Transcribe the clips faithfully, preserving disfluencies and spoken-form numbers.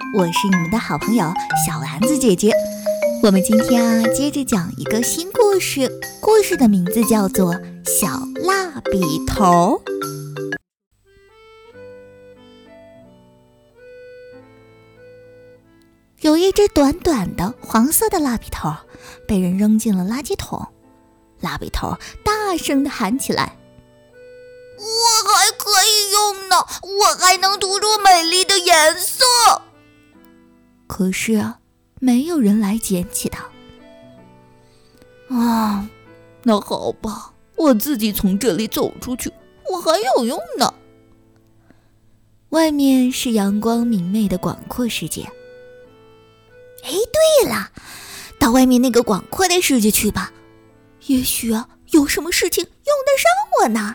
我是你们的好朋友小丸子姐姐。我们今天啊，接着讲一个新故事，故事的名字叫做《小蜡笔头》。有一只短短的黄色的蜡笔头，被人扔进了垃圾桶。蜡笔头大声地喊起来： 我还可以用呢，我还能涂出美丽的颜色。 可是啊，没有人来捡起它。啊， 那好吧，我自己从这里走出去，我还有用呢。 外面是阳光明媚的广阔世界。哎，对了，到外面那个广阔的世界去吧，也许啊，有什么事情用得上我呢。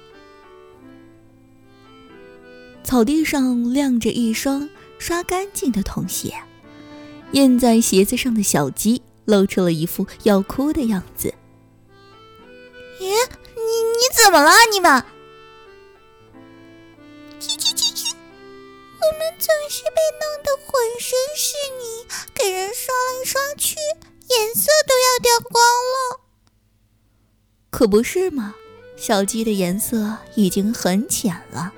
草地上晾着一双刷干净的童鞋，印在鞋子上的小鸡露出了一副要哭的样子。 咦，你你怎么了你们？ 去去去去，我们总是被弄得浑身是泥，给人刷来刷去，颜色都要掉光了。 可不是嘛，小鸡的颜色已经很浅了。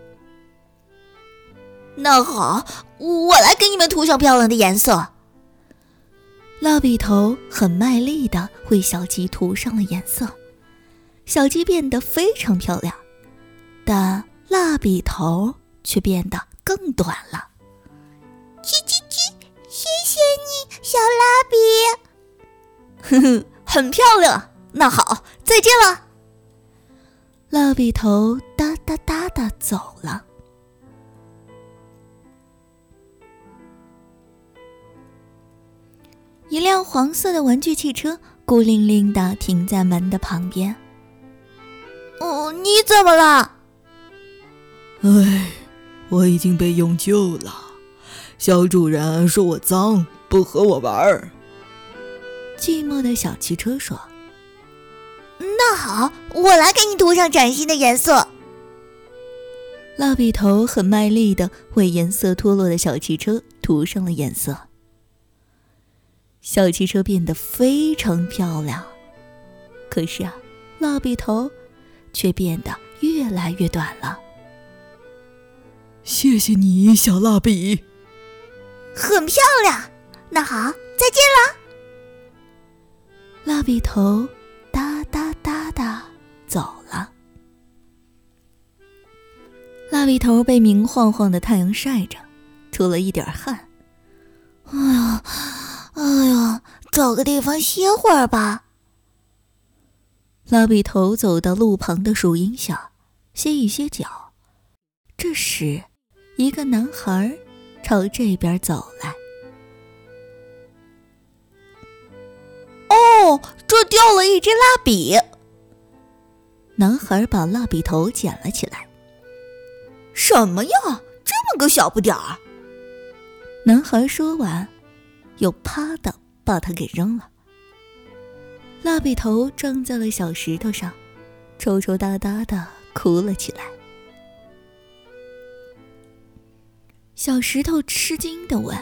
那好，我来给你们涂上漂亮的颜色。 蜡笔头很卖力地为小鸡涂上了颜色，小鸡变得非常漂亮，但蜡笔头却变得更短了。 叽叽叽，谢谢你，小蜡笔。 呵呵，很漂亮。那好，再见了。 蜡笔头哒哒哒地走了。一辆黄色的玩具汽车孤零零地停在门的旁边。 哦，你怎么了？ 哎，我已经被用旧了，小主人说我脏，不和我玩。 寂寞的小汽车说： 那好，我来给你涂上崭新的颜色。 蜡笔头很卖力地为颜色脱落的小汽车涂上了颜色。小汽车变得非常漂亮，可是啊，蜡笔头却变得越来越短了。 谢谢你，小蜡笔。 很漂亮。那好，再见了。 蜡笔头哒哒哒哒走了。蜡笔头被明晃晃的太阳晒着，出了一点汗。 哎呀哎呀，找个地方歇会儿吧。 蜡笔头走到路旁的树荫下，歇一歇脚。这时，一个男孩朝这边走来。 哦，这掉了一支蜡笔。 男孩把蜡笔头捡了起来。 什么呀，这么个小不点儿！ 男孩说完，又啪的把它给扔了。蜡笔头撞在了小石头上，抽抽搭搭的哭了起来。小石头吃惊地问：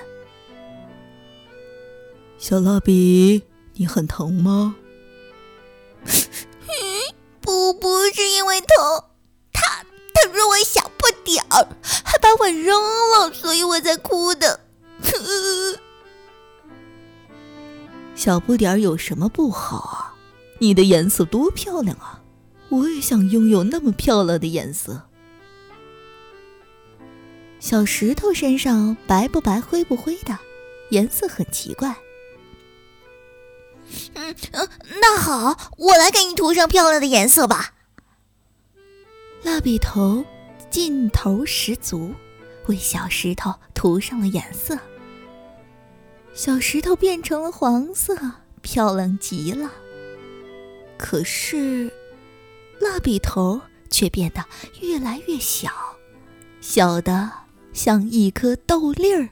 小蜡笔，你很疼吗？ 不不是因为疼，他他说我小不点儿，还把我扔了，所以我才哭的。 小不点儿有什么不好啊？你的颜色多漂亮啊！我也想拥有那么漂亮的颜色。小石头身上白不白灰不灰的，颜色很奇怪。 嗯嗯，那好，我来给你涂上漂亮的颜色吧。 蜡笔头劲头十足，为小石头涂上了颜色。小石头变成了黄色，漂亮极了。可是，蜡笔头却变得越来越小，小的像一颗豆粒儿。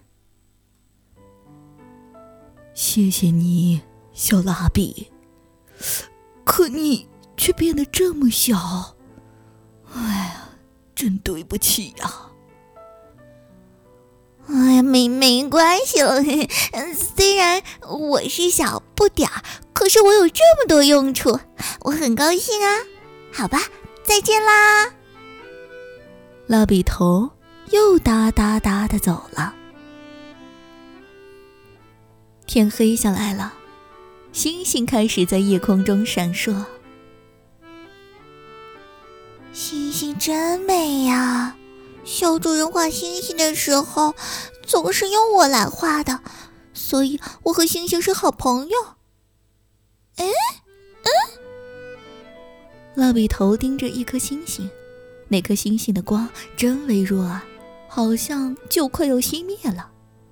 谢谢你，小蜡笔。可你却变得这么小，哎呀，真对不起呀。 哎呀，没没关系了，虽然我是小不点儿，可是我有这么多用处，我很高兴啊。好吧，再见啦。 蜡笔头又哒哒哒地走了。天黑下来了，星星开始在夜空中闪烁。 星星真美呀！小主人画星星的时候，总是用我来画的，所以我和星星是好朋友。哎，嗯， 蜡笔头盯着一颗星星，那颗星星的光真微弱啊，好像就快要熄灭了。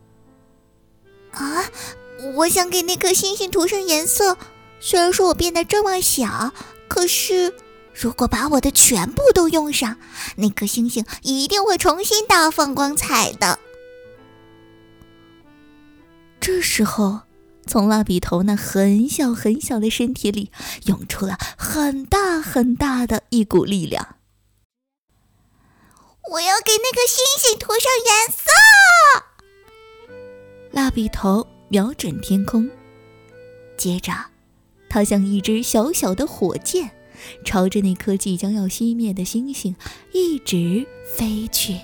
啊，我想给那颗星星涂上颜色，虽然说我变得这么小，可是如果把我的全部都用上，那颗星星一定会重新大放光彩的。 这时候，从蜡笔头那很小很小的身体里涌出了很大很大的一股力量。 我要给那颗星星涂上颜色！ 蜡笔头瞄准天空，接着他像一只小小的火箭，朝着那颗即将要熄灭的星星一直飞去。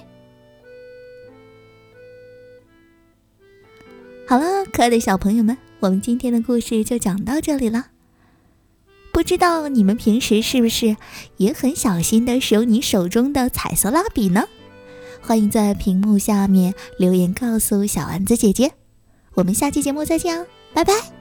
好了，可爱的小朋友们，我们今天的故事就讲到这里了。不知道你们平时是不是也很小心地使用你手中的彩色蜡笔呢？欢迎在屏幕下面留言告诉小丸子姐姐。我们下期节目再见啊，拜拜。